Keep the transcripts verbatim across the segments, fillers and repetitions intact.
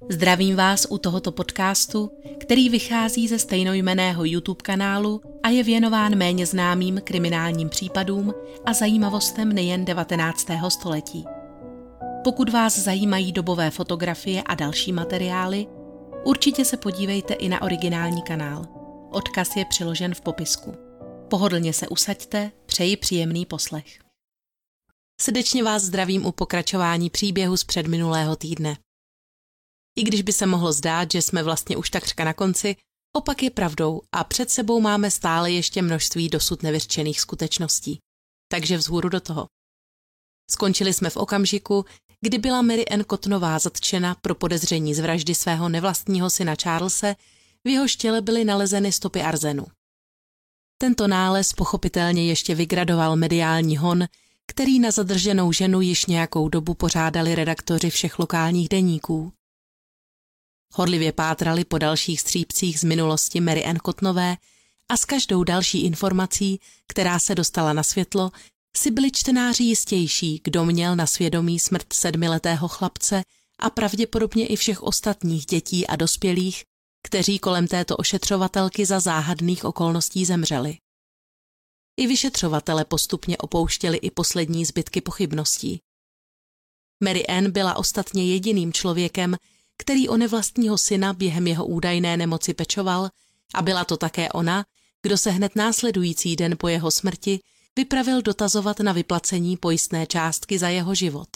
Zdravím vás u tohoto podcastu, který vychází ze stejnojmenného YouTube kanálu a je věnován méně známým kriminálním případům a zajímavostem nejen devatenáctého století. Pokud vás zajímají dobové fotografie a další materiály, určitě se podívejte i na originální kanál. Odkaz je přiložen v popisku. Pohodlně se usaďte, přeji příjemný poslech. Srdečně vás zdravím u pokračování příběhu z předminulého týdne. I když by se mohlo zdát, že jsme vlastně už takřka na konci, opak je pravdou a před sebou máme stále ještě množství dosud nevyřčených skutečností. Takže vzhůru do toho. Skončili jsme v okamžiku, kdy byla Mary Ann Cottonová zatčena pro podezření z vraždy svého nevlastního syna Charlese, v jehož těle byly nalezeny stopy arzenu. Tento nález pochopitelně ještě vygradoval mediální hon, který na zadrženou ženu již nějakou dobu pořádali redaktoři všech lokálních deníků. Horlivě pátrali po dalších střípcích z minulosti Mary Ann Cottonové a s každou další informací, která se dostala na světlo, si byli čtenáři jistější, kdo měl na svědomí smrt sedmiletého chlapce a pravděpodobně i všech ostatních dětí a dospělých, kteří kolem této ošetřovatelky za záhadných okolností zemřeli. I vyšetřovatele postupně opouštěli i poslední zbytky pochybností. Mary Ann byla ostatně jediným člověkem, který o nevlastního syna během jeho údajné nemoci pečoval, a byla to také ona, kdo se hned následující den po jeho smrti vypravil dotazovat na vyplacení pojistné částky za jeho život.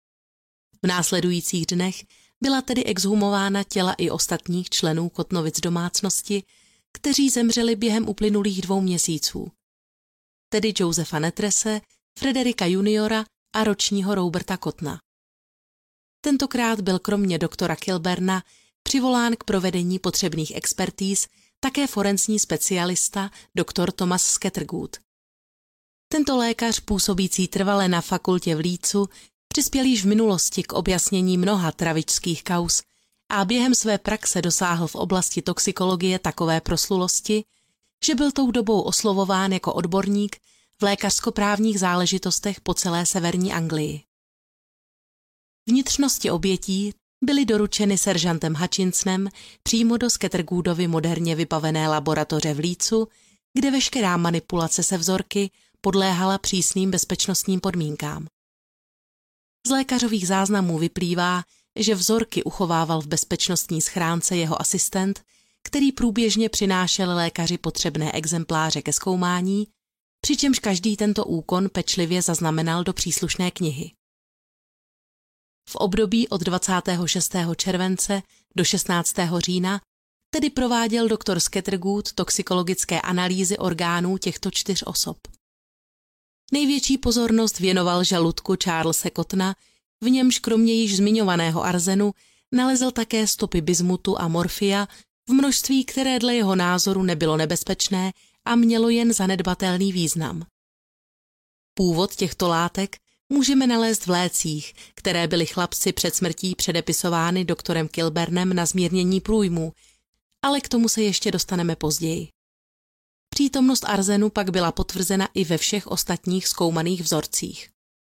V následujících dnech byla tedy exhumována těla i ostatních členů Cottonovic domácnosti, kteří zemřeli během uplynulých dvou měsíců, tedy Josepha Netrese, Frederika juniora a ročního Roberta Cottona. Tentokrát byl kromě doktora Kilberna přivolán k provedení potřebných expertíz také forenzní specialista doktor Thomas Scattergood. Tento lékař působící trvale na fakultě v Leedsu přispěl již v minulosti k objasnění mnoha travičských kauz a během své praxe dosáhl v oblasti toxikologie takové proslulosti, že byl tou dobou oslovován jako odborník v lékařskoprávních záležitostech po celé severní Anglii. Vnitřnosti obětí byly doručeny seržantem Hutchinsonem přímo do Scattergoodovy moderně vybavené laboratoře v Leedsu, kde veškerá manipulace se vzorky podléhala přísným bezpečnostním podmínkám. Z lékařových záznamů vyplývá, že vzorky uchovával v bezpečnostní schránce jeho asistent, který průběžně přinášel lékaři potřebné exempláře ke zkoumání, přičemž každý tento úkon pečlivě zaznamenal do příslušné knihy. V období od dvacátého šestého července do šestnáctého října tedy prováděl doktor Scattergood toxikologické analýzy orgánů těchto čtyř osob. Největší pozornost věnoval žaludku Charlese Cottona, v němž kromě již zmiňovaného arzenu nalezl také stopy bismutu a morfia v množství, které dle jeho názoru nebylo nebezpečné a mělo jen zanedbatelný význam. Původ těchto látek můžeme nalézt v lécích, které byly chlapci před smrtí předepisovány doktorem Kilbernem na zmírnění průjmů, ale k tomu se ještě dostaneme později. Přítomnost arzenu pak byla potvrzena i ve všech ostatních zkoumaných vzorcích.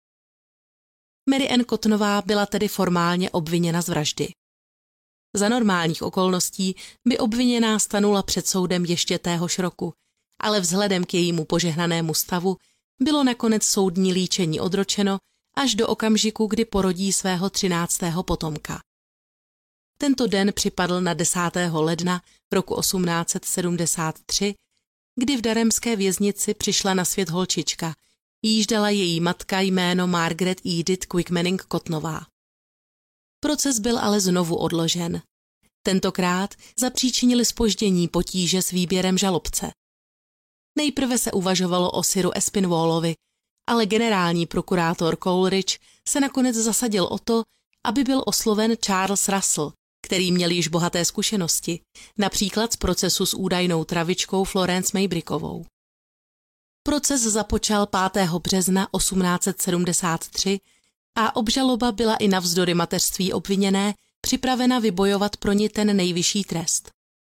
Mary Ann Cottonová byla tedy formálně obviněna z vraždy. Za normálních okolností by obviněná stanula před soudem ještě téhož roku, ale vzhledem k jejímu požehnanému stavu bylo nakonec soudní líčení odročeno až do okamžiku, kdy porodí svého třináctého potomka. Tento den připadl na desátého ledna roku osmnáct set sedmdesát tři, kdy v daremské věznici přišla na svět holčička, jíž dala její matka jméno Margaret Edith Quick-Manning Cottonová. Proces byl ale znovu odložen. Tentokrát zapříčinili zpoždění potíže s výběrem žalobce. Nejprve se uvažovalo o Siru Aspinwallovi, ale generální prokurátor Coleridge se nakonec zasadil o to, aby byl osloven Charles Russell, který měl již bohaté zkušenosti, například z procesu s údajnou travičkou Florence Maybrickovou. Proces započal pátého března osmnáct set sedmdesát tři a obžaloba byla i navzdory mateřství obviněné připravena vybojovat pro ni ten nejvyšší trest.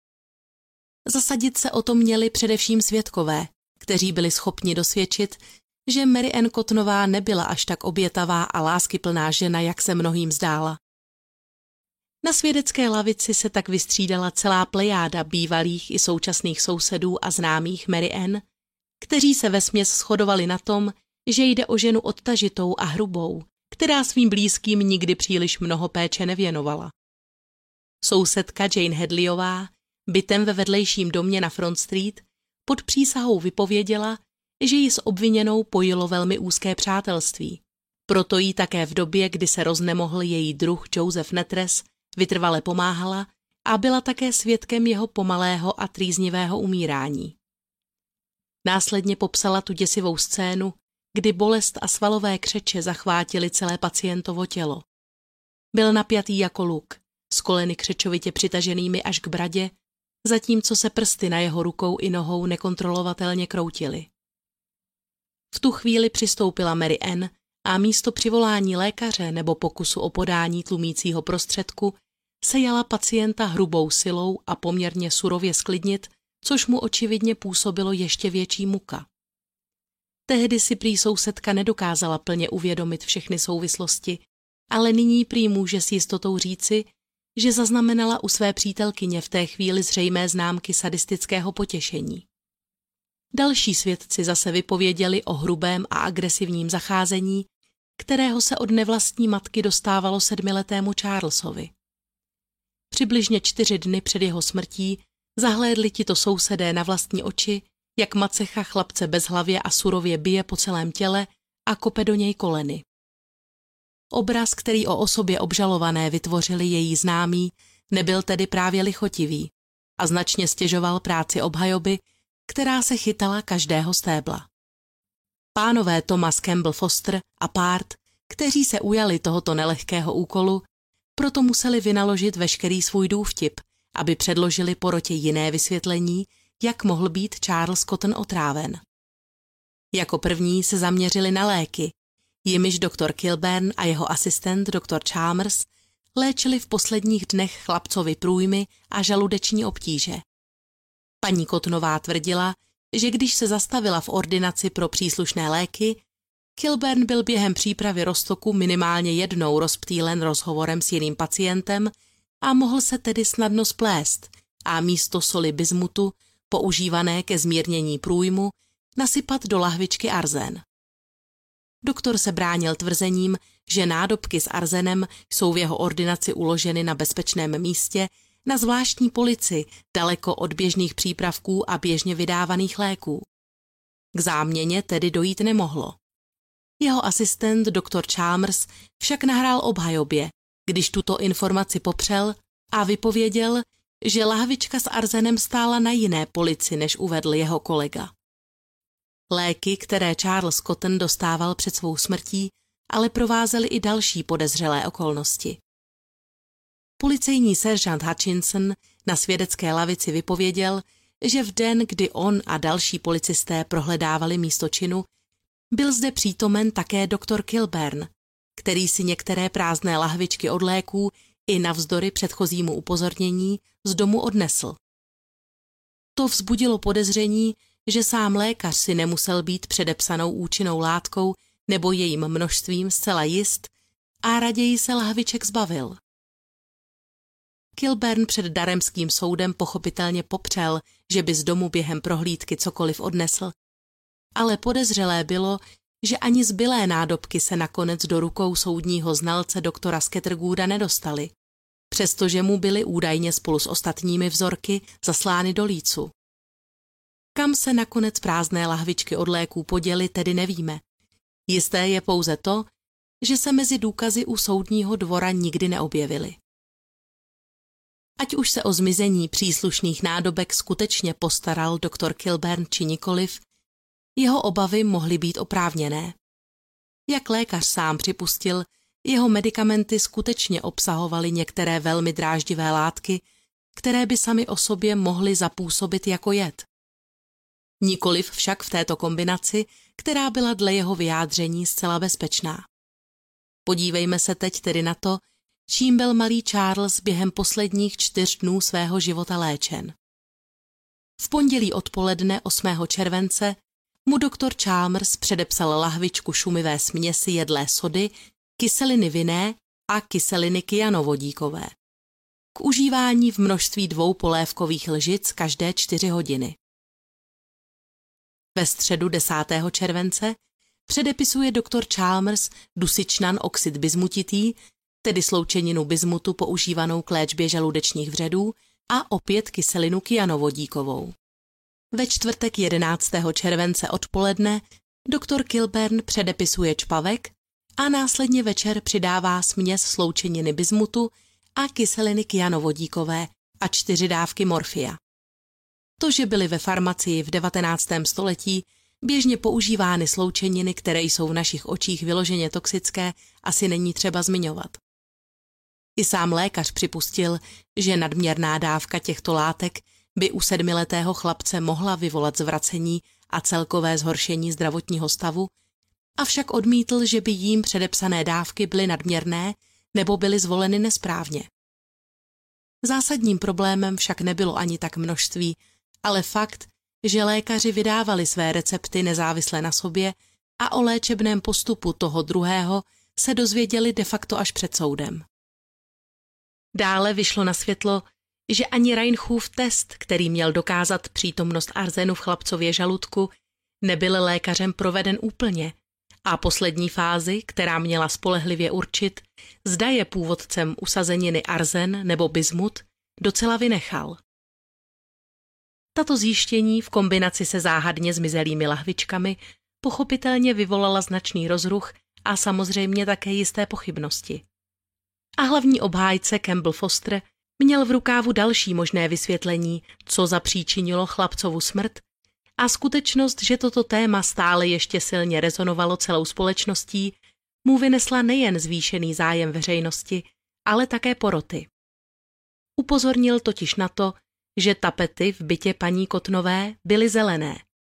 Zasadit se o to měli především svědkové, kteří byli schopni dosvědčit, že Mary Ann Cottonová nebyla až tak obětavá a láskyplná žena, jak se mnohým zdála. Na svědecké lavici se tak vystřídala celá plejáda bývalých i současných sousedů a známých Mary Ann, kteří se vesměs shodovali na tom, že jde o ženu odtažitou a hrubou, která svým blízkým nikdy příliš mnoho péče nevěnovala. Sousedka Jane Hadleyová, bytem ve vedlejším domě na Front Street, pod přísahou vypověděla, že ji s obviněnou pojilo velmi úzké přátelství. Proto jí také v době, kdy se roznemohl její druh Joseph Netres, vytrvale pomáhala a byla také svědkem jeho pomalého a trýznivého umírání. Následně popsala tu děsivou scénu, kdy bolest a svalové křeče zachvátily celé pacientovo tělo. Byl napjatý jako luk, s koleny křečovitě přitaženými až k bradě, zatímco se prsty na jeho rukou i nohou nekontrolovatelně kroutily. V tu chvíli přistoupila Mary Ann a místo přivolání lékaře nebo pokusu o podání tlumícího prostředku se jala pacienta hrubou silou a poměrně surově sklidnit, což mu očividně působilo ještě větší muka. Tehdy si prý sousedka nedokázala plně uvědomit všechny souvislosti, ale nyní prý může s jistotou říci, že zaznamenala u své přítelkyně v té chvíli zřejmé známky sadistického potěšení. Další svědci zase vypověděli o hrubém a agresivním zacházení, kterého se od nevlastní matky dostávalo sedmiletému Charlesovi. Přibližně čtyři dny před jeho smrtí zahlédli tito sousedé na vlastní oči, jak macecha chlapce bezhlavě a surově bije po celém těle a kope do něj koleny. Obraz, který o osobě obžalované vytvořili její známí, nebyl tedy právě lichotivý a značně stěžoval práci obhajoby, která se chytala každého stébla. Pánové Thomas Campbell Foster a Part, kteří se ujali tohoto nelehkého úkolu, proto museli vynaložit veškerý svůj důvtip, aby předložili porotě jiné vysvětlení, jak mohl být Charles Cotton otráven. Jako první se zaměřili na léky, jimiž doktor Kilburn a jeho asistent doktor Chalmers léčili v posledních dnech chlapcovi průjmy a žaludeční obtíže. Paní Cottonová tvrdila, že když se zastavila v ordinaci pro příslušné léky, Kilburn byl během přípravy roztoku minimálně jednou rozptýlen rozhovorem s jiným pacientem a mohl se tedy snadno splést a místo soli bismutu, používané ke zmírnění průjmu, nasypat do lahvičky arzen. Doktor se bránil tvrzením, že nádobky s arzenem jsou v jeho ordinaci uloženy na bezpečném místě na zvláštní polici daleko od běžných přípravků a běžně vydávaných léků. K záměně tedy dojít nemohlo. Jeho asistent doktor Chalmers však nahrál obhajobě, když tuto informaci popřel a vypověděl, že lahvička s arzenem stála na jiné polici, než uvedl jeho kolega. Léky, které Charles Cotton dostával před svou smrtí, ale provázely i další podezřelé okolnosti. Policejní seržant Hutchinson na svědecké lavici vypověděl, že v den, kdy on a další policisté prohledávali místo činu, byl zde přítomen také doktor Kilburn, který si některé prázdné lahvičky od léků i navzdory předchozímu upozornění z domu odnesl. To vzbudilo podezření, že sám lékař si nemusel být předepsanou účinnou látkou nebo jejím množstvím zcela jist a raději se lahviček zbavil. Kilburn před daremským soudem pochopitelně popřel, že by z domu během prohlídky cokoliv odnesl, ale podezřelé bylo, že ani zbylé nádobky se nakonec do rukou soudního znalce doktora Scattergooda nedostaly, přestože mu byly údajně spolu s ostatními vzorky zaslány do Leedsu. Kam se nakonec prázdné lahvičky od léků poděly, tedy nevíme. Jisté je pouze to, že se mezi důkazy u soudního dvora nikdy neobjevily. Ať už se o zmizení příslušných nádobek skutečně postaral doktor Kilburn či nikoliv, jeho obavy mohly být oprávněné. Jak lékař sám připustil, jeho medikamenty skutečně obsahovaly některé velmi dráždivé látky, které by samy o sobě mohly zapůsobit jako jed. Nikoliv však v této kombinaci, která byla dle jeho vyjádření zcela bezpečná. Podívejme se teď tedy na to, čím byl malý Charles během posledních čtyř dnů svého života léčen. V pondělí odpoledne osmého července mu doktor Chalmers předepsal lahvičku šumivé směsi jedlé sody, kyseliny vinné a kyseliny kyanovodíkové. k užívání v množství dvou polévkových lžic každé čtyři hodiny. Ve středu desátého července předepisuje doktor Chalmers dusičnan oxid bismutitý, tedy sloučeninu bismutu používanou k léčbě žaludečních vředů, a opět kyselinu kyanovodíkovou. Ve čtvrtek jedenáctého července odpoledne doktor Kilburn předepisuje čpavek a následně večer přidává směs sloučeniny bismutu a kyseliny kyanovodíkové a čtyři dávky morfia. To, že byly ve farmacii v devatenáctém století běžně používány sloučeniny, které jsou v našich očích vyloženě toxické, asi není třeba zmiňovat. I sám lékař připustil, že nadměrná dávka těchto látek by u sedmiletého chlapce mohla vyvolat zvracení a celkové zhoršení zdravotního stavu, avšak odmítl, že by jím předepsané dávky byly nadměrné nebo byly zvoleny nesprávně. Zásadním problémem však nebylo ani tak množství, ale fakt, že lékaři vydávali své recepty nezávisle na sobě a o léčebném postupu toho druhého se dozvěděli de facto až před soudem. Dále vyšlo na světlo, že ani Reinhův test, který měl dokázat přítomnost arzénu v chlapcově žaludku, nebyl lékařem proveden úplně a poslední fázi, která měla spolehlivě určit, zda je původcem usazeniny arzen nebo bismut, docela vynechal. Tato zjištění v kombinaci se záhadně zmizelými lahvičkami pochopitelně vyvolala značný rozruch a samozřejmě také jisté pochybnosti. A hlavní obhájce Campbell Foster měl v rukávu další možné vysvětlení, co zapříčinilo chlapcovu smrt, a skutečnost, že toto téma stále ještě silně rezonovalo celou společností, mu vynesla nejen zvýšený zájem veřejnosti, ale také poroty. Upozornil totiž na to, že tapety v bytě paní Cottonové byly zelené.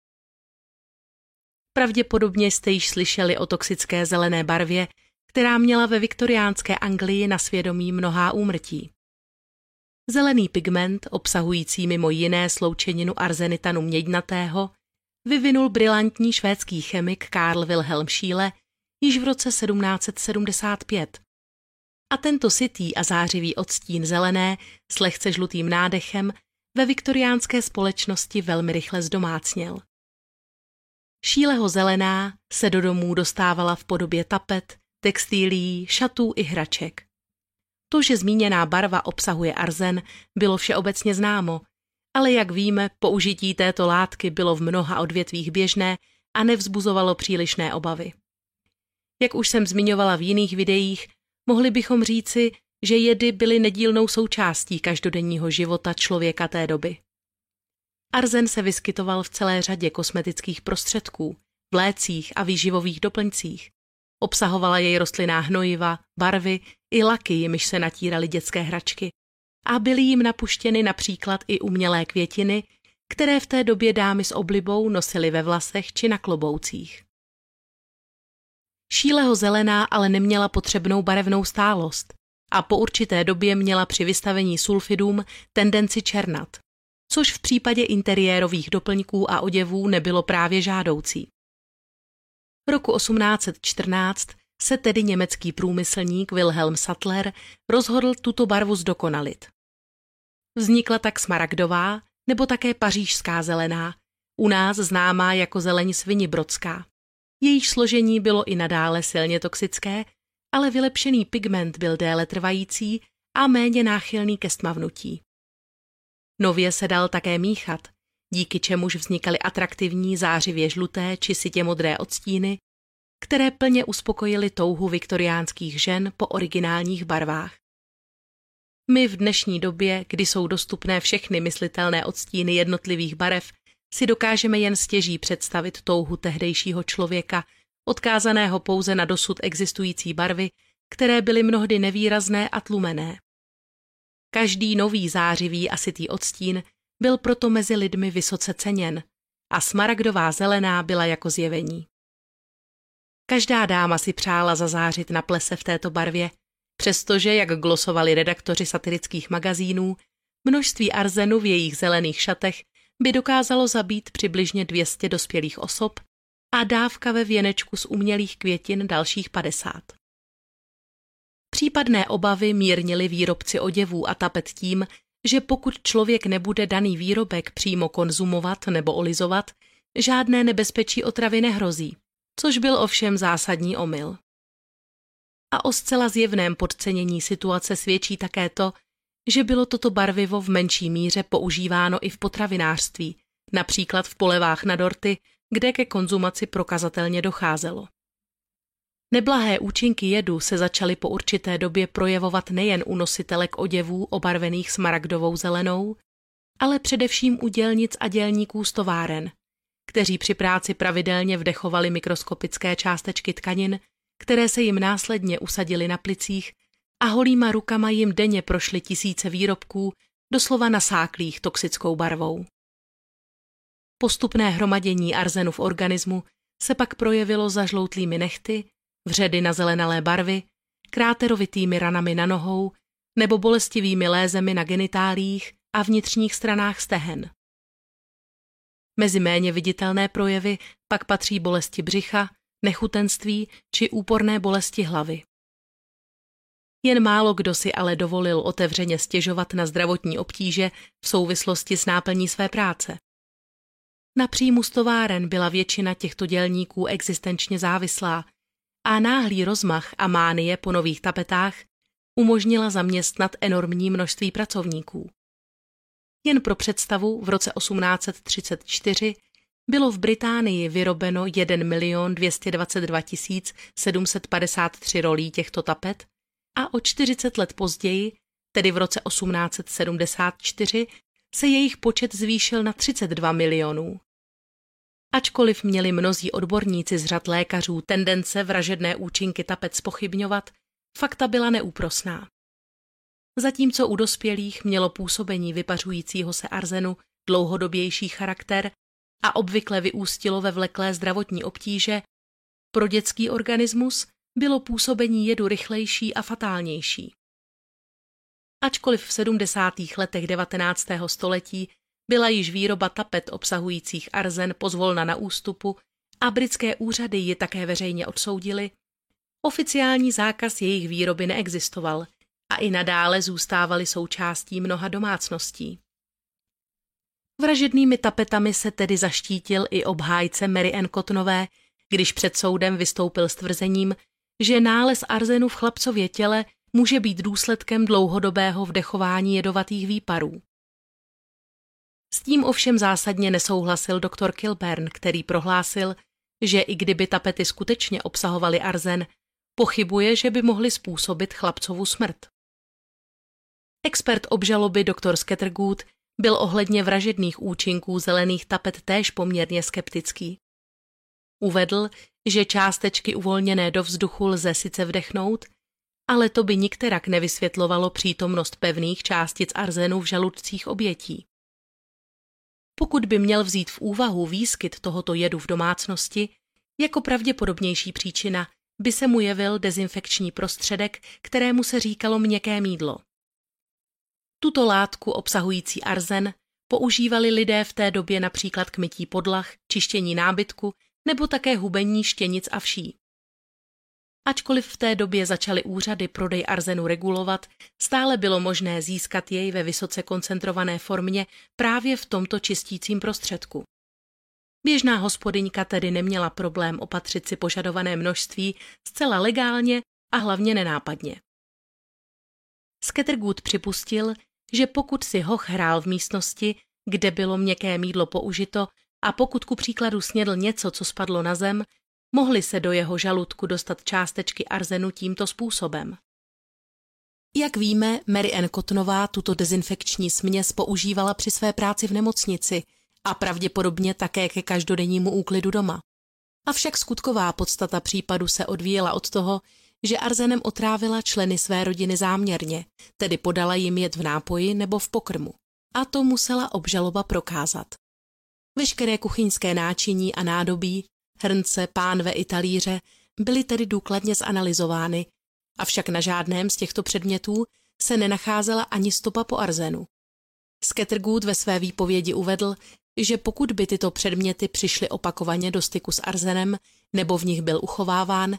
Pravděpodobně jste již slyšeli o toxické zelené barvě, která měla ve viktoriánské Anglii na svědomí mnohá úmrtí. Zelený pigment, obsahující mimo jiné sloučeninu arzenitanu měďnatého, vyvinul brilantní švédský chemik Carl Wilhelm Scheele již v roce sedmnáct set sedmdesát pět. A tento sytý a zářivý odstín zelené s lehce žlutým nádechem ve viktoriánské společnosti velmi rychle zdomácněl. Scheeleho zelená se do domů dostávala v podobě tapet, textilií, šatů i hraček. To, že zmíněná barva obsahuje arzen, bylo všeobecně známo, ale jak víme, použití této látky bylo v mnoha odvětvích běžné a nevzbuzovalo přílišné obavy. Jak už jsem zmiňovala v jiných videích, mohli bychom říci, že jedy byly nedílnou součástí každodenního života člověka té doby. Arzen se vyskytoval v celé řadě kosmetických prostředků, v lécích a výživových doplňcích. Obsahovala jej rostlinná hnojiva, barvy i laky, jimiž se natíraly dětské hračky, a byly jim napuštěny například i umělé květiny, které v té době dámy s oblibou nosily ve vlasech či na kloboucích. Scheeleho zelená ale neměla potřebnou barevnou stálost a po určité době měla při vystavení sulfidům tendenci černat, což v případě interiérových doplňků a oděvů nebylo právě žádoucí. Roku osmnáct set čtrnáct se tedy německý průmyslník Wilhelm Sattler rozhodl tuto barvu zdokonalit. Vznikla tak smaragdová nebo také pařížská zelená, u nás známá jako zeleň svinibrodská. Jejíž složení bylo i nadále silně toxické, ale vylepšený pigment byl déle trvající a méně náchylný ke stmavnutí. Nově se dal také míchat, díky čemuž vznikaly atraktivní zářivě žluté či sytě modré odstíny, které plně uspokojily touhu viktoriánských žen po originálních barvách. My v dnešní době, kdy jsou dostupné všechny myslitelné odstíny jednotlivých barev, si dokážeme jen stěží představit touhu tehdejšího člověka, odkázaného pouze na dosud existující barvy, které byly mnohdy nevýrazné a tlumené. Každý nový zářivý a sytý odstín byl proto mezi lidmi vysoce ceněn a smaragdová zelená byla jako zjevení. Každá dáma si přála zazářit na plese v této barvě, přestože, jak glosovali redaktoři satirických magazínů, množství arzenu v jejich zelených šatech by dokázalo zabít přibližně dvě stě dospělých osob a dávka ve věnečku z umělých květin dalších padesát. Případné obavy mírnili výrobci oděvů a tapet tím, že pokud člověk nebude daný výrobek přímo konzumovat nebo olizovat, žádné nebezpečí otravy nehrozí, což byl ovšem zásadní omyl. A o zcela zjevném podcenění situace svědčí také to, že bylo toto barvivo v menší míře používáno i v potravinářství, například v polevách na dorty, kde ke konzumaci prokazatelně docházelo. Neblahé účinky jedu se začaly po určité době projevovat nejen u nositelek oděvů obarvených smaragdovou zelenou, ale především u dělnic a dělníků z továren, kteří při práci pravidelně vdechovali mikroskopické částečky tkanin, které se jim následně usadily na plicích a holýma rukama jim denně prošly tisíce výrobků, doslova nasáklých toxickou barvou. Postupné hromadění arzenu v organismu se pak projevilo zažloutlými nehty, vředy na zelenalé barvy, kráterovitými ranami na nohou nebo bolestivými lézemi na genitálích a vnitřních stranách stehen. Mezi méně viditelné projevy pak patří bolesti břicha, nechutenství či úporné bolesti hlavy. Jen málo kdo si ale dovolil otevřeně stěžovat na zdravotní obtíže v souvislosti s náplní své práce. Na příjmu z továren byla většina těchto dělníků existenčně závislá a náhlý rozmach a mánie po nových tapetách umožnila zaměstnat enormní množství pracovníků. Jen pro představu, v roce osmnáct set třicet čtyři bylo v Británii vyrobeno jedna milion dvě stě dvacet dva tisíc sedm set padesát tři rolí těchto tapet a o čtyřicet let později, tedy v roce osmnáct set sedmdesát čtyři, se jejich počet zvýšil na třicet dva milionů. Ačkoliv měli mnozí odborníci z řad lékařů tendence vražedné účinky tapet zpochybňovat, fakta byla neúprosná. Zatímco u dospělých mělo působení vypařujícího se arzenu dlouhodobější charakter a obvykle vyústilo ve vleklé zdravotní obtíže, pro dětský organismus bylo působení jedu rychlejší a fatálnější. Ačkoliv v sedmdesátých letech devatenáctého století byla již výroba tapet obsahujících arzen pozvolna na ústupu a britské úřady ji také veřejně odsoudily, oficiální zákaz jejich výroby neexistoval a i nadále zůstávaly součástí mnoha domácností. Vražednými tapetami se tedy zaštítil i obhájce Mary Ann Cottonové, když před soudem vystoupil s tvrzením, že nález arzenu v chlapcově těle může být důsledkem dlouhodobého vdechování jedovatých výparů. S tím ovšem zásadně nesouhlasil doktor Kilburn, který prohlásil, že i kdyby tapety skutečně obsahovaly arzen, pochybuje, že by mohly způsobit chlapcovu smrt. Expert obžaloby doktor Scattergood byl ohledně vražedných účinků zelených tapet též poměrně skeptický. Uvedl, že částečky uvolněné do vzduchu lze sice vdechnout, ale to by nikterak nevysvětlovalo přítomnost pevných částic arzenu v žaludcích obětí. Pokud by měl vzít v úvahu výskyt tohoto jedu v domácnosti, jako pravděpodobnější příčina by se mu jevil dezinfekční prostředek, kterému se říkalo měkké mýdlo. Tuto látku obsahující arzen používali lidé v té době například k mytí podlah, čištění nábytku nebo také hubení štěnic a vší. Ačkoliv v té době začaly úřady prodej arzenu regulovat, stále bylo možné získat jej ve vysoce koncentrované formě právě v tomto čistícím prostředku. Běžná hospodyňka tedy neměla problém opatřit si požadované množství zcela legálně a hlavně nenápadně. Scattergood připustil, že pokud si hoch hrál v místnosti, kde bylo měkké mýdlo použito, a pokud ku příkladu snědl něco, co spadlo na zem, mohly se do jeho žaludku dostat částečky arzenu tímto způsobem. Jak víme, Mary Ann Cottonová tuto dezinfekční směs používala při své práci v nemocnici a pravděpodobně také ke každodennímu úklidu doma. Avšak skutková podstata případu se odvíjela od toho, že arzenem otrávila členy své rodiny záměrně, tedy podala jim jed v nápoji nebo v pokrmu. A to musela obžaloba prokázat. Veškeré kuchyňské náčiní a nádobí, hrnce, pánve i talíře byly tedy důkladně zanalyzovány, avšak na žádném z těchto předmětů se nenacházela ani stopa po arzenu. Scattergood ve své výpovědi uvedl, že pokud by tyto předměty přišly opakovaně do styku s arzenem nebo v nich byl uchováván,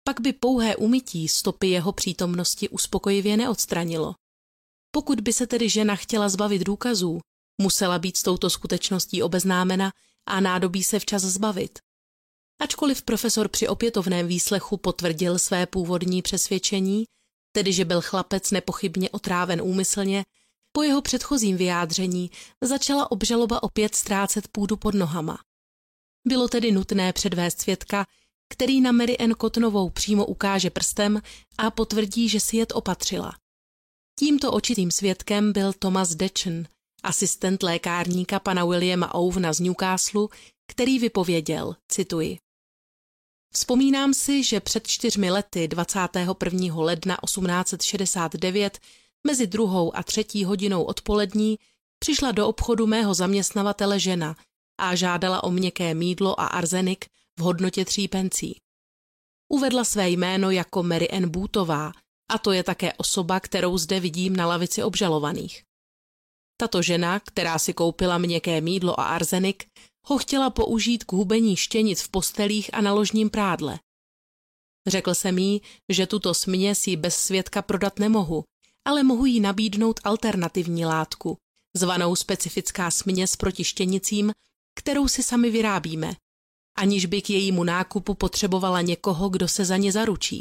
pak by pouhé umytí stopy jeho přítomnosti uspokojivě neodstranilo. Pokud by se tedy žena chtěla zbavit důkazů, musela být s touto skutečností obeznámena a nádobí se včas zbavit. Ačkoliv profesor při opětovném výslechu potvrdil své původní přesvědčení, tedy že byl chlapec nepochybně otráven úmyslně, po jeho předchozím vyjádření začala obžaloba opět ztrácet půdu pod nohama. Bylo tedy nutné předvést svědka, který na Mary Ann Cottonovou přímo ukáže prstem a potvrdí, že si jed opatřila. Tímto očitým svědkem byl Thomas Dechen, asistent lékárníka pana Williama Owena z Newcastle, který vypověděl, cituji: Vzpomínám si, že před čtyřmi lety dvacátého prvního ledna osmnáct set šedesát devět mezi druhou a třetí hodinou odpolední přišla do obchodu mého zaměstnavatele žena a žádala o měkké mýdlo a arzenik v hodnotě tří pencí. Uvedla své jméno jako Mary Ann Bootová, a to je také osoba, kterou zde vidím na lavici obžalovaných. Tato žena, která si koupila měkké mýdlo a arzenik, ho chtěla použít k hubení štěnic v postelích a na ložním prádle. Řekl jsem jí, že tuto směs jí bez svědka prodat nemohu, ale mohu jí nabídnout alternativní látku, zvanou specifická směs proti štěnicím, kterou si sami vyrábíme, aniž by k jejímu nákupu potřebovala někoho, kdo se za ně zaručí.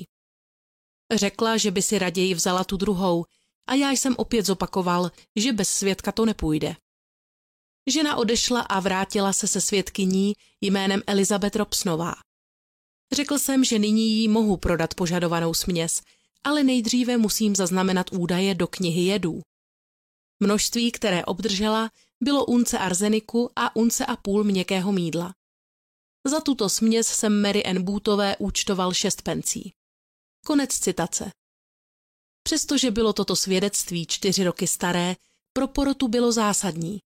Řekla, že by si raději vzala tu druhou, a já jsem opět zopakoval, že bez svědka to nepůjde. Žena odešla a vrátila se se svědkyní jménem Elizabeth Robsonová. Řekl jsem, že nyní jí mohu prodat požadovanou směs, ale nejdříve musím zaznamenat údaje do knihy jedů. Množství, které obdržela, bylo unce arzeniku a unce a půl měkkého mýdla. Za tuto směs jsem Mary Ann Bootové účtoval šest pencí. Konec citace. Přestože bylo toto svědectví čtyři roky staré, pro porotu bylo zásadní.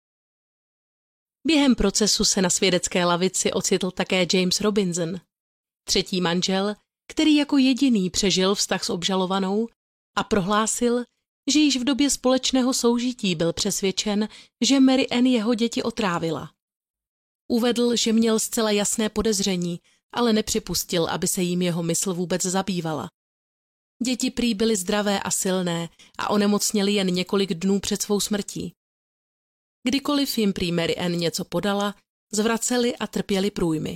Během procesu se na svědecké lavici ocitl také James Robinson, třetí manžel, který jako jediný přežil vztah s obžalovanou a prohlásil, že již v době společného soužití byl přesvědčen, že Mary Ann jeho děti otrávila. Uvedl, že měl zcela jasné podezření, ale nepřipustil, aby se jim jeho mysl vůbec zabývala. Děti prý byly zdravé a silné a onemocněly jen několik dnů před svou smrtí. Kdykoliv jim prý Mary Ann něco podala, zvraceli a trpěli průjmy.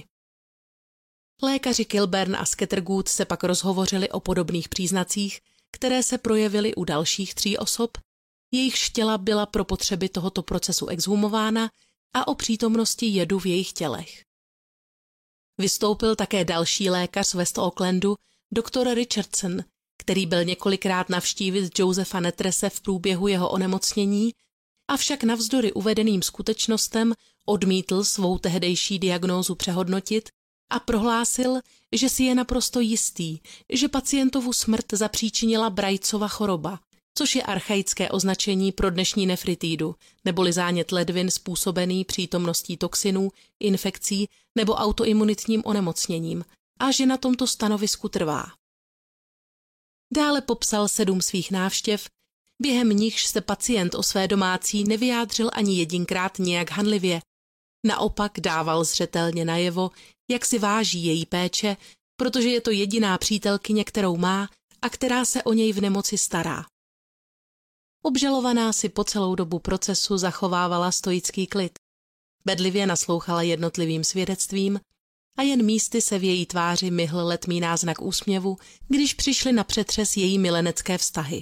Lékaři Kilburn a Scattergood se pak rozhovořili o podobných příznacích, které se projevily u dalších tří osob, jejichž těla byla pro potřeby tohoto procesu exhumována, a o přítomnosti jedu v jejich tělech. Vystoupil také další lékař z West Aucklandu, doktor Richardson, který byl několikrát navštívit Josepha Netrese v průběhu jeho onemocnění, avšak navzdory uvedeným skutečnostem odmítl svou tehdejší diagnózu přehodnotit a prohlásil, že si je naprosto jistý, že pacientovu smrt zapříčinila Brightsova choroba, což je archaické označení pro dnešní nefritídu, neboli zánět ledvin způsobený přítomností toxinů, infekcí nebo autoimunitním onemocněním, a že na tomto stanovisku trvá. Dále popsal sedm svých návštěv, během nichž se pacient o své domácí nevyjádřil ani jedinkrát nějak hanlivě. Naopak dával zřetelně najevo, jak si váží její péče, protože je to jediná přítelkyně, kterou má a která se o něj v nemoci stará. Obžalovaná si po celou dobu procesu zachovávala stoický klid. Bedlivě naslouchala jednotlivým svědectvím a jen místy se v její tváři myhl letmý náznak úsměvu, když přišly na přetřes její milenecké vztahy.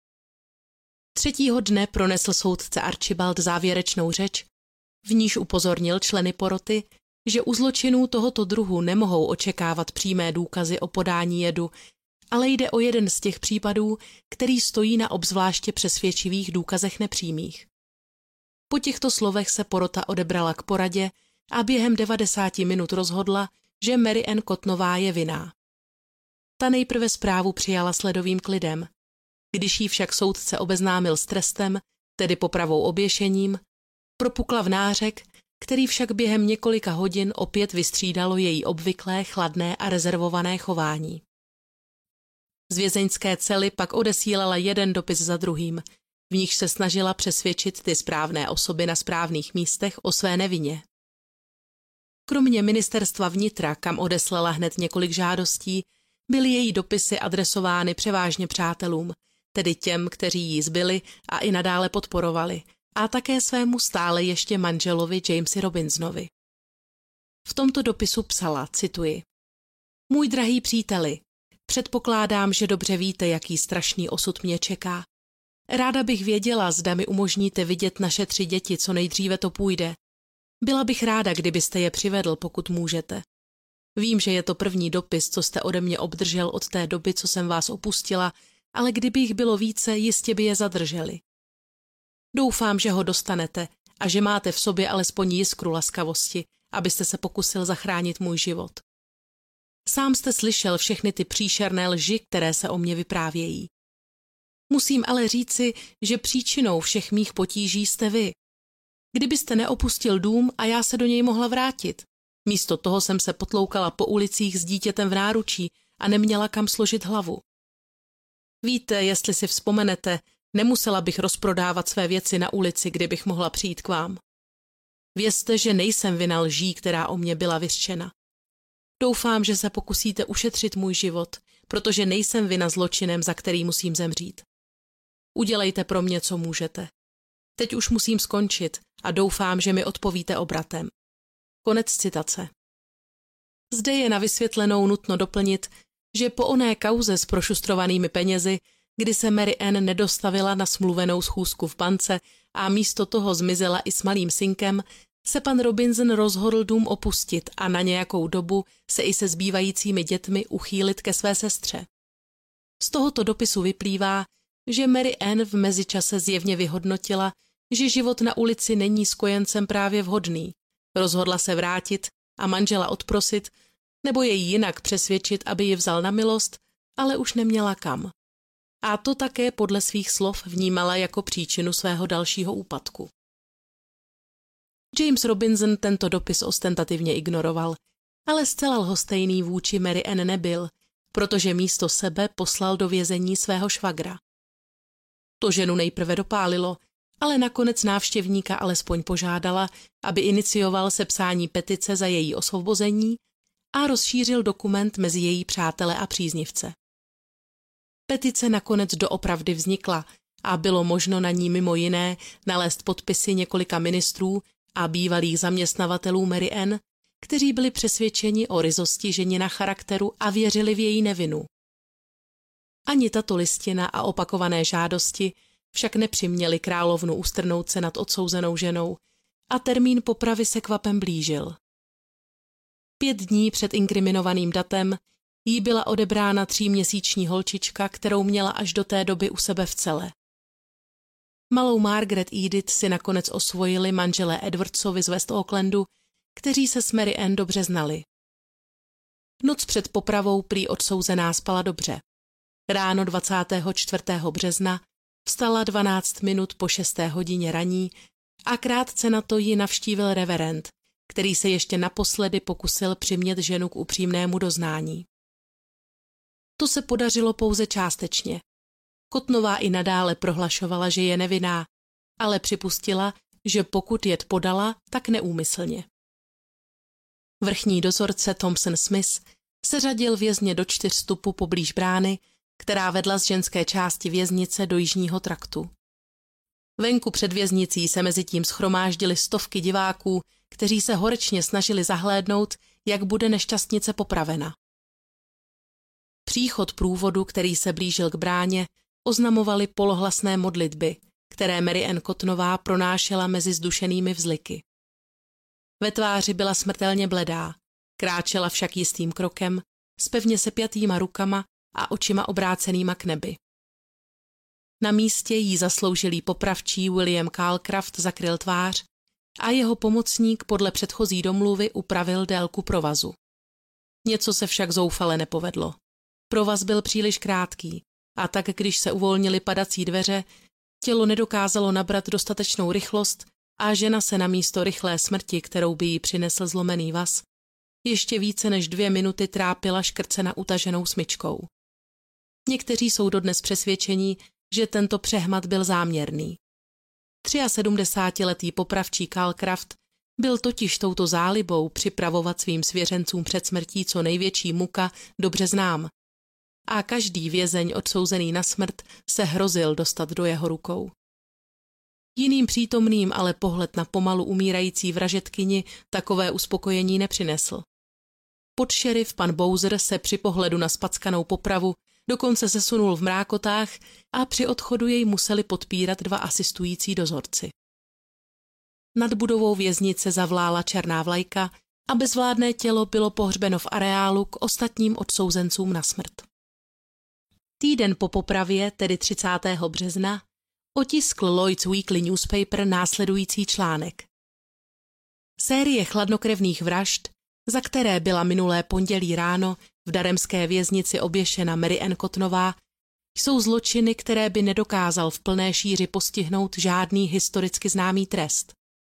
Třetího dne pronesl soudce Archibald závěrečnou řeč, v níž upozornil členy poroty, že u zločinů tohoto druhu nemohou očekávat přímé důkazy o podání jedu, ale jde o jeden z těch případů, který stojí na obzvláště přesvědčivých důkazech nepřímých. Po těchto slovech se porota odebrala k poradě a během devadesáti minut rozhodla, že Mary Ann Cottonová je vinná. Ta nejprve zprávu přijala s ledovým klidem. Když jí však soudce obeznámil s trestem, tedy popravou oběšením, propukla v nářek, který však během několika hodin opět vystřídalo její obvyklé chladné a rezervované chování. Z vězeňské cely pak odesílala jeden dopis za druhým, v níž se snažila přesvědčit ty správné osoby na správných místech o své nevině. Kromě ministerstva vnitra, kam odeslala hned několik žádostí, Byly její dopisy adresovány převážně přátelům, tedy těm, kteří jí zbyli a i nadále podporovali, a také svému stále ještě manželovi Jamesi Robinsonovi. V tomto dopisu psala, cituji: Můj drahý příteli, předpokládám, že dobře víte, jaký strašný osud mě čeká. Ráda bych věděla, zda mi umožníte vidět naše tři děti, co nejdříve to půjde. Byla bych ráda, kdybyste je přivedl, pokud můžete. Vím, že je to první dopis, co jste ode mě obdržel od té doby, co jsem vás opustila, ale kdyby jich bylo více, jistě by je zadrželi. Doufám, že ho dostanete a že máte v sobě alespoň jiskru laskavosti, abyste se pokusil zachránit můj život. Sám jste slyšel všechny ty příšerné lži, které se o mě vyprávějí. Musím ale říci, že příčinou všech mých potíží jste vy. Kdybyste neopustil dům a já se do něj mohla vrátit. Místo toho jsem se potloukala po ulicích s dítětem v náručí a neměla kam složit hlavu. Víte, jestli si vzpomenete, nemusela bych rozprodávat své věci na ulici, kdybych mohla přijít k vám. Vězte, že nejsem vina lží, která o mě byla vyřčena. Doufám, že se pokusíte ušetřit můj život, protože nejsem vina zločinem, za který musím zemřít. Udělejte pro mě, co můžete. Teď už musím skončit a doufám, že mi odpovíte obratem. Konec citace. Zde je na vysvětlenou nutno doplnit, že po oné kauze s prošustrovanými penězi, kdy se Mary Ann nedostavila na smluvenou schůzku v bance a místo toho zmizela i s malým synkem, se pan Robinson rozhodl dům opustit a na nějakou dobu se i se zbývajícími dětmi uchýlit ke své sestře. Z tohoto dopisu vyplývá, že Mary Ann v mezičase zjevně vyhodnotila, že život na ulici není s kojencem právě vhodný. Rozhodla se vrátit a manžela odprosit, nebo jej jinak přesvědčit, aby ji vzal na milost, ale už neměla kam. A to také podle svých slov vnímala jako příčinu svého dalšího úpadku. James Robinson tento dopis ostentativně ignoroval, ale zcela lhostejný vůči Mary Ann nebyl, protože místo sebe poslal do vězení svého švagra. To ženu nejprve dopálilo, ale nakonec návštěvníka alespoň požádala, aby inicioval sepsání petice za její osvobození a rozšířil dokument mezi její přátele a příznivce. Petice nakonec doopravdy vznikla a bylo možno na ní mimo jiné nalézt podpisy několika ministrů a bývalých zaměstnavatelů Mary Ann, kteří byli přesvědčeni o ryzosti ženina charakteru a věřili v její nevinu. Ani tato listina a opakované žádosti však nepřiměli královnu ustrnout se nad odsouzenou ženou a termín popravy se kvapem blížil. Pět dní před inkriminovaným datem jí byla odebrána tříměsíční holčička, kterou měla až do té doby u sebe v cele. Malou Margaret Edith si nakonec osvojili manželé Edwardsovi z West Aucklandu, kteří se s Mary Ann dobře znali. Noc před popravou prý odsouzená spala dobře. Ráno dvacátého čtvrtého března vstala dvanáct minut po šesté hodině raní a krátce na to ji navštívil reverend, který se ještě naposledy pokusil přimět ženu k upřímnému doznání. To se podařilo pouze částečně. Kotnová i nadále prohlašovala, že je nevinná, ale připustila, že pokud jed podala, tak neúmyslně. Vrchní dozorce Thompson Smith seřadil vězně do čtyř vstupu poblíž brány, která vedla z ženské části věznice do jižního traktu. Venku před věznicí se mezitím shromáždily stovky diváků, kteří se horečně snažili zahlédnout, jak bude nešťastnice popravena. Příchod průvodu, který se blížil k bráně, oznamovaly polohlasné modlitby, které Mary Ann Cottonová pronášela mezi zdušenými vzliky. Ve tváři byla smrtelně bledá, kráčela však jistým krokem, s pevně sepjatýma rukama a očima obrácenýma k nebi. Na místě jí zasloužilý popravčí William Calcraft zakryl tvář a jeho pomocník podle předchozí domluvy upravil délku provazu. Něco se však zoufale nepovedlo. Provaz byl příliš krátký a tak, když se uvolnily padací dveře, tělo nedokázalo nabrat dostatečnou rychlost a žena se na místo rychlé smrti, kterou by jí přinesl zlomený vaz, ještě více než dvě minuty trápila škrcena utaženou smyčkou. Někteří jsou dodnes přesvědčení, že tento přehmat byl záměrný. sedmdesátitříletý popravčí Calcraft byl totiž touto zálibou připravovat svým svěřencům před smrtí co největší muka dobře znám a každý vězeň odsouzený na smrt se hrozil dostat do jeho rukou. Jiným přítomným ale pohled na pomalu umírající vražedkyni takové uspokojení nepřinesl. Podšerif pan Bowser se při pohledu na spackanou popravu dokonce sesunul v mrákotách a při odchodu jej museli podpírat dva asistující dozorci. Nad budovou věznice zavlála černá vlajka a bezvládné tělo bylo pohřbeno v areálu k ostatním odsouzencům na smrt. Týden po popravě, tedy třicátého března, otiskl Lloyd's Weekly Newspaper následující článek. Série chladnokrevných vražd, za které byla minulé pondělí ráno v daremské věznici oběšena Mary Ann Cottonová, jsou zločiny, které by nedokázal v plné šíři postihnout žádný historicky známý trest.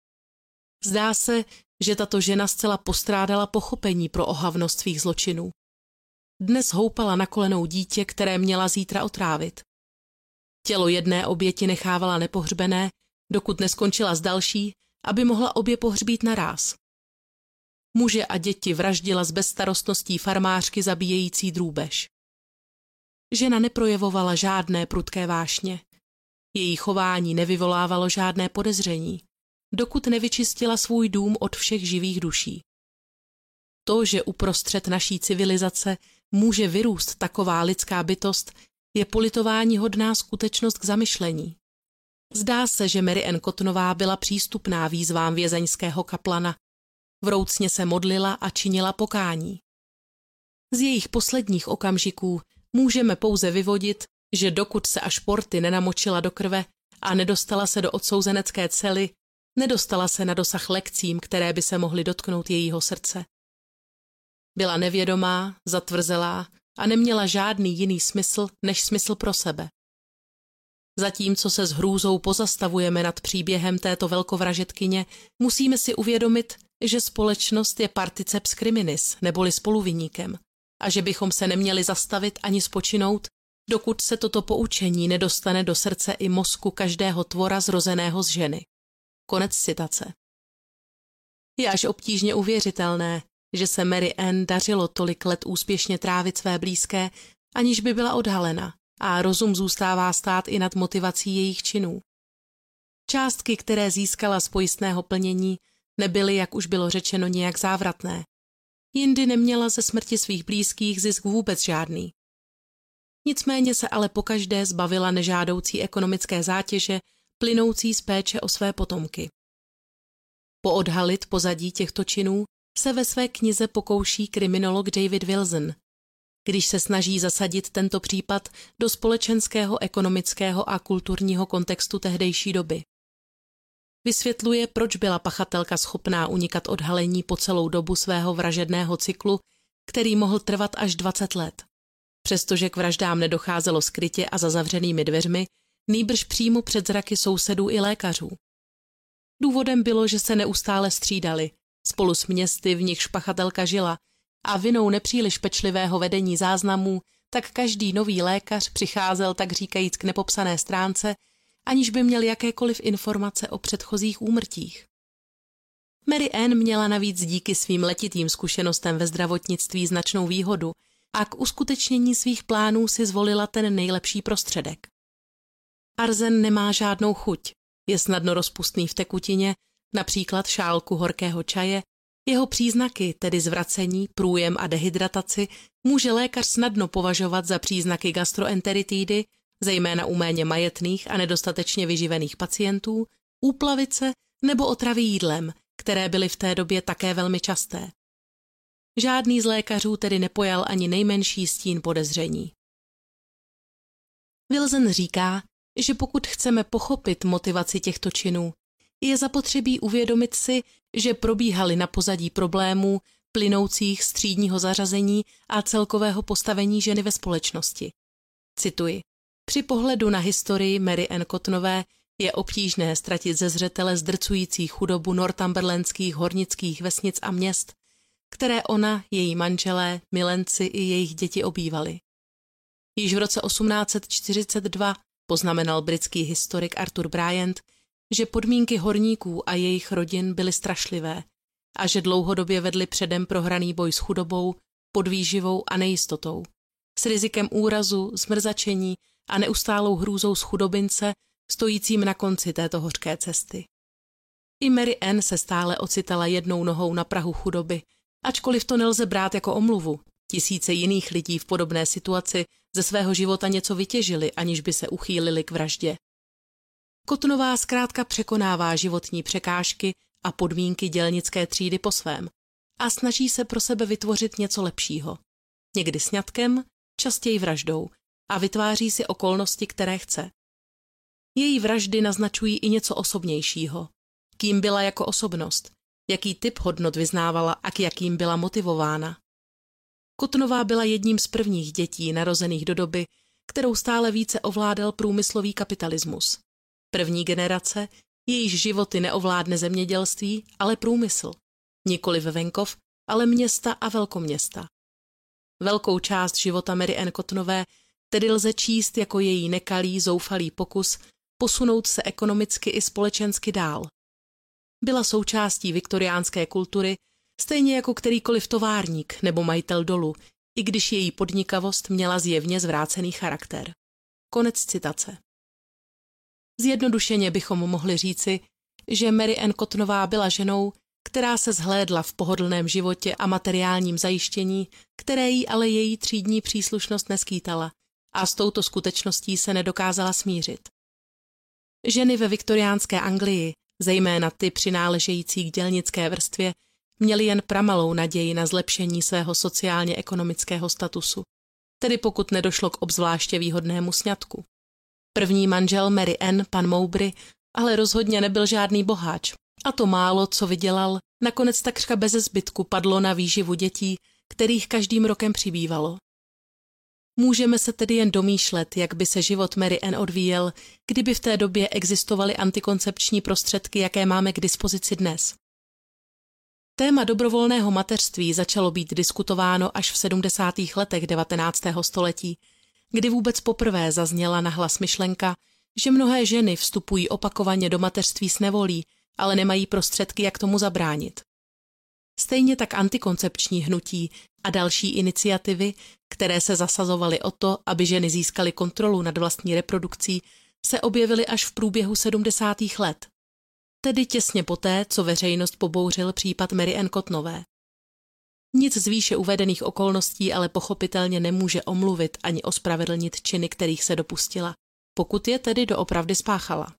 Zdá se, že tato žena zcela postrádala pochopení pro ohavnost svých zločinů. Dnes houpala na kolenou dítě, které měla zítra otrávit. Tělo jedné oběti nechávala nepohřbené, dokud neskončila s další, aby mohla obě pohřbít naráz. Muže a děti vraždila s bezstarostností farmářky zabíjející drůbež. Žena neprojevovala žádné prudké vášně. Její chování nevyvolávalo žádné podezření, dokud nevyčistila svůj dům od všech živých duší. To, že uprostřed naší civilizace může vyrůst taková lidská bytost, je politováníhodná skutečnost k zamyšlení. Zdá se, že Mary Ann Cottonová byla přístupná výzvám vězeňského kaplana, vroucně se modlila a činila pokání. Z jejich posledních okamžiků můžeme pouze vyvodit, že dokud se až porty nenamočila do krve a nedostala se do odsouzenecké cely, nedostala se na dosah lekcím, které by se mohly dotknout jejího srdce. Byla nevědomá, zatvrzelá a neměla žádný jiný smysl než smysl pro sebe. Zatímco se s hrůzou pozastavujeme nad příběhem této velkovražedkyně, musíme si uvědomit, že společnost je particeps criminis, neboli spoluviníkem, a že bychom se neměli zastavit ani spočinout, dokud se toto poučení nedostane do srdce i mozku každého tvora zrozeného z ženy. Konec citace. Je až obtížně uvěřitelné, že se Mary Ann dařilo tolik let úspěšně trávit své blízké, aniž by byla odhalena, a rozum zůstává stát i nad motivací jejich činů. Částky, které získala z pojistného plnění, nebyly, jak už bylo řečeno, nějak závratné. Jindy neměla ze smrti svých blízkých zisk vůbec žádný. Nicméně se ale pokaždé zbavila nežádoucí ekonomické zátěže, plynoucí z péče o své potomky. Poodhalit pozadí těchto činů se ve své knize pokouší kriminolog David Wilson, když se snaží zasadit tento případ do společenského, ekonomického a kulturního kontextu tehdejší doby. Vysvětluje, proč byla pachatelka schopná unikat odhalení po celou dobu svého vražedného cyklu, který mohl trvat až dvacet let. Přestože k vraždám nedocházelo skrytě a za zavřenými dveřmi, nýbrž přímo před zraky sousedů i lékařů. Důvodem bylo, že se neustále střídali, spolu s městy, v nichž pachatelka žila, a vinou nepříliš pečlivého vedení záznamů, tak každý nový lékař přicházel tak říkajíc k nepopsané stránce, aniž by měl jakékoliv informace o předchozích úmrtích. Mary Ann měla navíc díky svým letitým zkušenostem ve zdravotnictví značnou výhodu a k uskutečnění svých plánů si zvolila ten nejlepší prostředek. Arzen nemá žádnou chuť, je snadno rozpustný v tekutině, například šálku horkého čaje. Jeho příznaky, tedy zvracení, průjem a dehydrataci, může lékař snadno považovat za příznaky gastroenteritidy, zejména u méně majetných a nedostatečně vyživených pacientů, úplavice nebo otravy jídlem, které byly v té době také velmi časté. Žádný z lékařů tedy nepojal ani nejmenší stín podezření. Wilson říká, že pokud chceme pochopit motivaci těchto činů, je zapotřebí uvědomit si, že probíhaly na pozadí problémů plynoucích z třídního zařazení a celkového postavení ženy ve společnosti. Cituji. Při pohledu na historii Mary Ann Cottonové je obtížné ztratit ze zřetele zdrcující chudobu northumberlandských hornických vesnic a měst, které ona, její manželé, milenci i jejich děti obývali. Již v roce osmnáct set čtyřicet dva poznamenal britský historik Arthur Bryant, že podmínky horníků a jejich rodin byly strašlivé a že dlouhodobě vedli předem prohraný boj s chudobou, podvýživou a nejistotou, s rizikem úrazu, zmrzačení a neustálou hrůzou z chudobince, stojícím na konci této hořké cesty. I Mary Ann se stále ocitala jednou nohou na prahu chudoby, ačkoliv to nelze brát jako omluvu. Tisíce jiných lidí v podobné situaci ze svého života něco vytěžili, aniž by se uchýlili k vraždě. Cottonová zkrátka překonává životní překážky a podmínky dělnické třídy po svém a snaží se pro sebe vytvořit něco lepšího. Někdy sňatkem, častěji vraždou, a vytváří si okolnosti, které chce. Její vraždy naznačují i něco osobnějšího. Kým byla jako osobnost, jaký typ hodnot vyznávala a k jakým byla motivována. Cottonová byla jedním z prvních dětí narozených do doby, kterou stále více ovládal průmyslový kapitalismus. První generace, jejíž životy neovládne zemědělství, ale průmysl. Nikoliv venkov, ale města a velkoměsta. Velkou část života Mary Ann Cottonové tedy lze číst jako její nekalý, zoufalý pokus posunout se ekonomicky i společensky dál. Byla součástí viktoriánské kultury, stejně jako kterýkoliv továrník nebo majitel dolu, i když její podnikavost měla zjevně zvrácený charakter. Konec citace. Zjednodušeně bychom mohli říci, že Mary Ann Cottonová byla ženou, která se zhlédla v pohodlném životě a materiálním zajištění, které jí ale její třídní příslušnost neskýtala, a s touto skutečností se nedokázala smířit. Ženy ve viktoriánské Anglii, zejména ty přináležející k dělnické vrstvě, měly jen pramalou naději na zlepšení svého sociálně-ekonomického statusu, tedy pokud nedošlo k obzvláště výhodnému sňatku. První manžel Mary Ann, pan Mowbray, ale rozhodně nebyl žádný boháč, a to málo, co vydělal, nakonec takřka beze zbytku padlo na výživu dětí, kterých každým rokem přibývalo. Můžeme se tedy jen domýšlet, jak by se život Mary Ann odvíjel, kdyby v té době existovaly antikoncepční prostředky, jaké máme k dispozici dnes. Téma dobrovolného mateřství začalo být diskutováno až v sedmdesátých letech devatenáctého století, kdy vůbec poprvé zazněla nahlas myšlenka, že mnohé ženy vstupují opakovaně do mateřství s nevolí, ale nemají prostředky, jak tomu zabránit. Stejně tak antikoncepční hnutí a další iniciativy, které se zasazovaly o to, aby ženy získaly kontrolu nad vlastní reprodukcí, se objevily až v průběhu sedmdesátých let. Tedy těsně poté, co veřejnost pobouřil případ Mary Ann Cottonové. Nic z výše uvedených okolností ale pochopitelně nemůže omluvit ani ospravedlnit činy, kterých se dopustila, pokud je tedy doopravdy spáchala.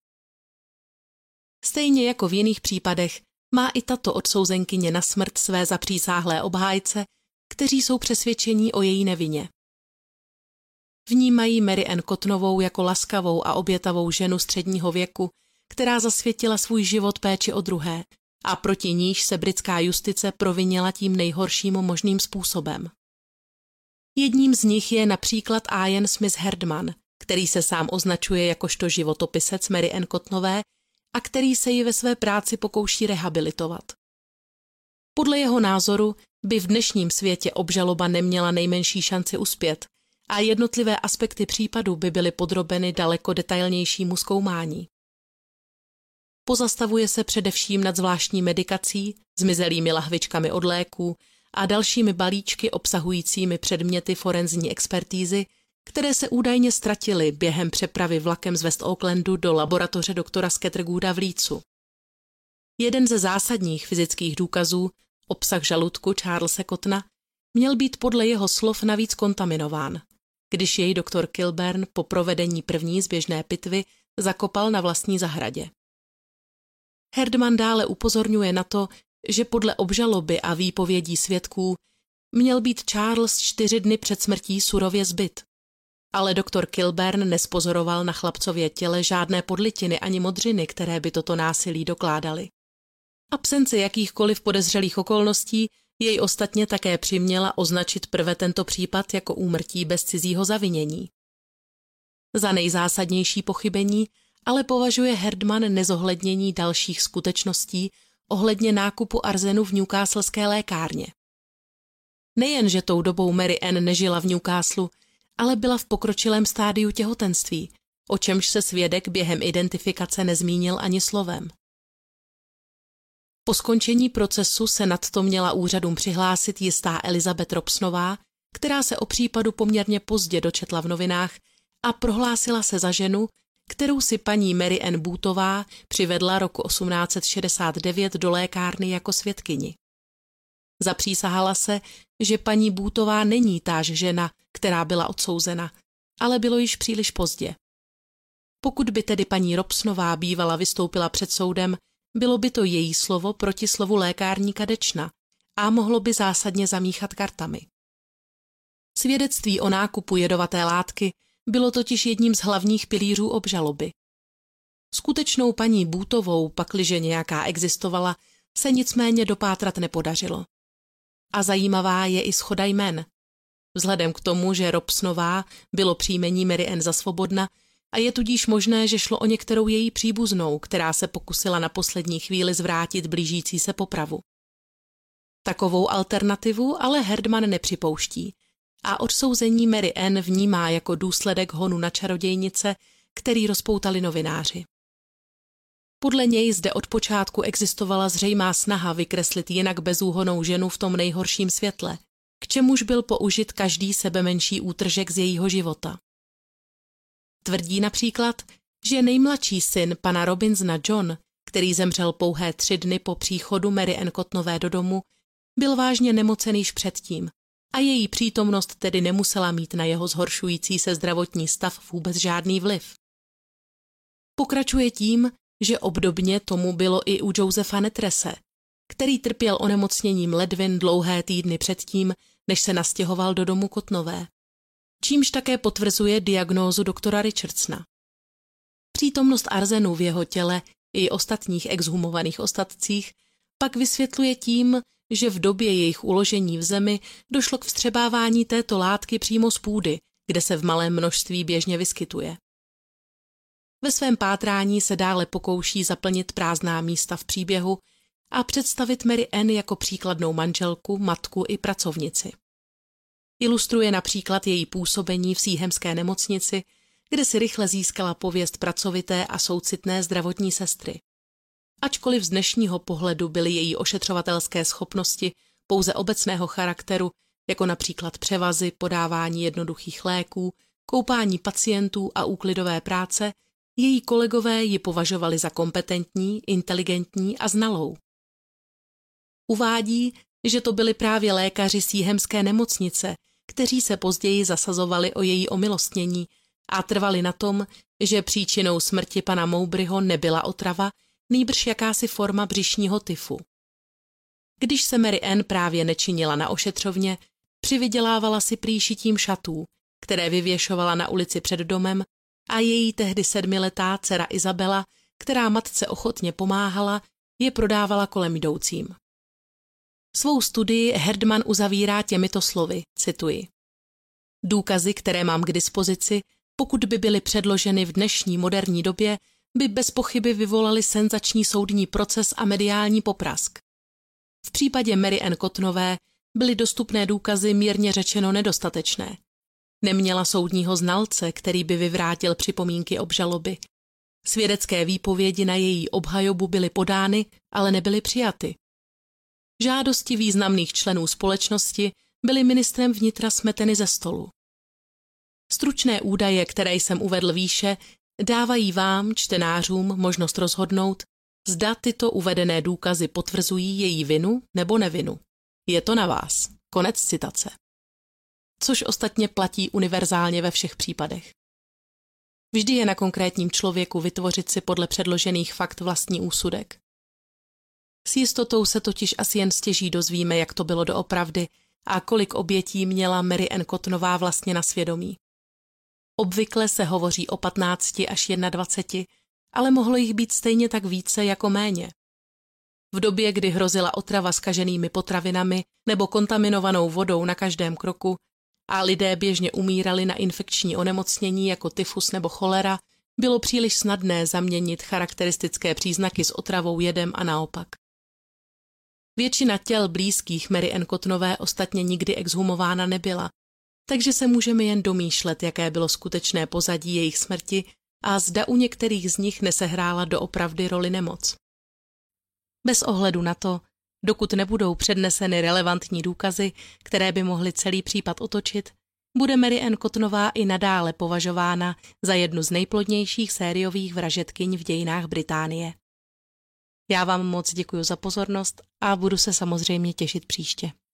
Stejně jako v jiných případech má i tato odsouzenkyně na smrt své zapřísáhlé obhájce, kteří jsou přesvědčení o její nevině. Vnímají Mary Ann Cottonovou jako laskavou a obětavou ženu středního věku, která zasvětila svůj život péči o druhé a proti níž se britská justice provinila tím nejhorším možným způsobem. Jedním z nich je například Ian Smith Herdman, který se sám označuje jakožto životopisec Mary Ann Cottonové a který se ji ve své práci pokouší rehabilitovat. Podle jeho názoru by v dnešním světě obžaloba neměla nejmenší šanci uspět a jednotlivé aspekty případu by byly podrobeny daleko detailnějšímu zkoumání. Pozastavuje se především nad zvláštní medikací, zmizelými lahvičkami od léků a dalšími balíčky obsahujícími předměty forenzní expertízy, které se údajně ztratily během přepravy vlakem z West Aucklandu do laboratoře doktora Scattergooda v Leedsu. Jeden ze zásadních fyzických důkazů, obsah žaludku Charlese Cottona, měl být podle jeho slov navíc kontaminován, když jej doktor Kilburn po provedení první zběžné pitvy zakopal na vlastní zahradě. Herdman dále upozorňuje na to, že podle obžaloby a výpovědí svědků měl být Charles čtyři dny před smrtí surově zbyt. Ale doktor Kilburn nespozoroval na chlapcově těle žádné podlitiny ani modřiny, které by toto násilí dokládaly. Absence jakýchkoliv podezřelých okolností jej ostatně také přiměla označit prve tento případ jako úmrtí bez cizího zavinění. Za nejzásadnější pochybení ale považuje Herdman nezohlednění dalších skutečností ohledně nákupu arzenu v newcastleské lékárně. Nejen, že tou dobou Mary Ann nežila v Newcastlu, ale byla v pokročilém stádiu těhotenství, o čemž se svědek během identifikace nezmínil ani slovem. Po skončení procesu se nadto měla úřadům přihlásit jistá Elizabeth Robsonová, která se o případu poměrně pozdě dočetla v novinách a prohlásila se za ženu, kterou si paní Mary Ann Bootová přivedla roku osmnáct set šedesát devět do lékárny jako svědkyni. Zapřísahala se, že paní Bootová není táž žena, která byla odsouzena, ale bylo již příliš pozdě. Pokud by tedy paní Robsonová bývala vystoupila před soudem, bylo by to její slovo proti slovu lékárníka Dečna a mohlo by zásadně zamíchat kartami. Svědectví o nákupu jedovaté látky bylo totiž jedním z hlavních pilířů obžaloby. Skutečnou paní Bootovou, pakliže nějaká existovala, se nicméně dopátrat nepodařilo. A zajímavá je i shoda jmen. Vzhledem k tomu, že Robsonová bylo příjmení Mary Ann Zasvobodna a je tudíž možné, že šlo o některou její příbuznou, která se pokusila na poslední chvíli zvrátit blížící se popravu. Takovou alternativu ale Herdman nepřipouští a odsouzení Mary Ann vnímá jako důsledek honu na čarodějnice, který rozpoutali novináři. Podle něj zde od počátku existovala zřejmá snaha vykreslit jinak bezúhonnou ženu v tom nejhorším světle, k čemuž byl použit každý sebemenší útržek z jejího života. Tvrdí například, že nejmladší syn pana Robinsona John, který zemřel pouhé tři dny po příchodu Mary Ann Cottonové do domu, byl vážně nemocen již předtím a její přítomnost tedy nemusela mít na jeho zhoršující se zdravotní stav vůbec žádný vliv. Pokračuje tím, že obdobně tomu bylo i u Josepha Netrese, který trpěl onemocněním ledvin dlouhé týdny předtím, než se nastěhoval do domu Cottonové, čímž také potvrzuje diagnózu doktora Richardsona. Přítomnost arzenu v jeho těle i ostatních exhumovaných ostatcích pak vysvětluje tím, že v době jejich uložení v zemi došlo k vstřebávání této látky přímo z půdy, kde se v malém množství běžně vyskytuje. Ve svém pátrání se dále pokouší zaplnit prázdná místa v příběhu a představit Mary Ann jako příkladnou manželku, matku i pracovnici. Ilustruje například její působení v Seahamské nemocnici, kde si rychle získala pověst pracovité a soucitné zdravotní sestry. Ačkoliv z dnešního pohledu byly její ošetřovatelské schopnosti pouze obecného charakteru, jako například převazy, podávání jednoduchých léků, koupání pacientů a úklidové práce, její kolegové ji považovali za kompetentní, inteligentní a znalou. Uvádí, že to byli právě lékaři Seahamské nemocnice, kteří se později zasazovali o její omilostnění a trvali na tom, že příčinou smrti pana Mowbrayho nebyla otrava, nýbrž jakási forma břišního tyfu. Když se Mary Ann právě nečinila na ošetřovně, přivydělávala si prý šitím šatů, které vyvěšovala na ulici před domem, a její tehdy sedmiletá dcera Izabela, která matce ochotně pomáhala, je prodávala kolem jdoucím. Svou studii Herdman uzavírá těmito slovy, cituji. Důkazy, které mám k dispozici, pokud by byly předloženy v dnešní moderní době, by bez pochyby vyvolaly senzační soudní proces a mediální poprask. V případě Mary Ann Cottonové byly dostupné důkazy mírně řečeno nedostatečné. Neměla soudního znalce, který by vyvrátil připomínky obžaloby. Svědecké výpovědi na její obhajobu byly podány, ale nebyly přijaty. Žádosti významných členů společnosti byly ministrem vnitra smeteny ze stolu. Stručné údaje, které jsem uvedl výše, dávají vám, čtenářům, možnost rozhodnout, zda tyto uvedené důkazy potvrzují její vinu nebo nevinu. Je to na vás. Konec citace. Což ostatně platí univerzálně ve všech případech. Vždy je na konkrétním člověku vytvořit si podle předložených fakt vlastní úsudek. S jistotou se totiž asi jen stěží dozvíme, jak to bylo doopravdy a kolik obětí měla Mary Ann Cottonová vlastně na svědomí. Obvykle se hovoří o patnácti až jednadvaceti, ale mohlo jich být stejně tak více jako méně. V době, kdy hrozila otrava zkaženými potravinami nebo kontaminovanou vodou na každém kroku a lidé běžně umírali na infekční onemocnění jako tyfus nebo cholera, bylo příliš snadné zaměnit charakteristické příznaky s otravou jedem a naopak. Většina těl blízkých Mary Ann Cottonové ostatně nikdy exhumována nebyla, takže se můžeme jen domýšlet, jaké bylo skutečné pozadí jejich smrti a zda u některých z nich nesehrála doopravdy roli nemoc. Bez ohledu na to, Dokud nebudou předneseny relevantní důkazy, které by mohly celý případ otočit, bude Mary Ann Cottonová i nadále považována za jednu z nejplodnějších sériových vražedkyň v dějinách Británie. Já vám moc děkuji za pozornost a budu se samozřejmě těšit příště.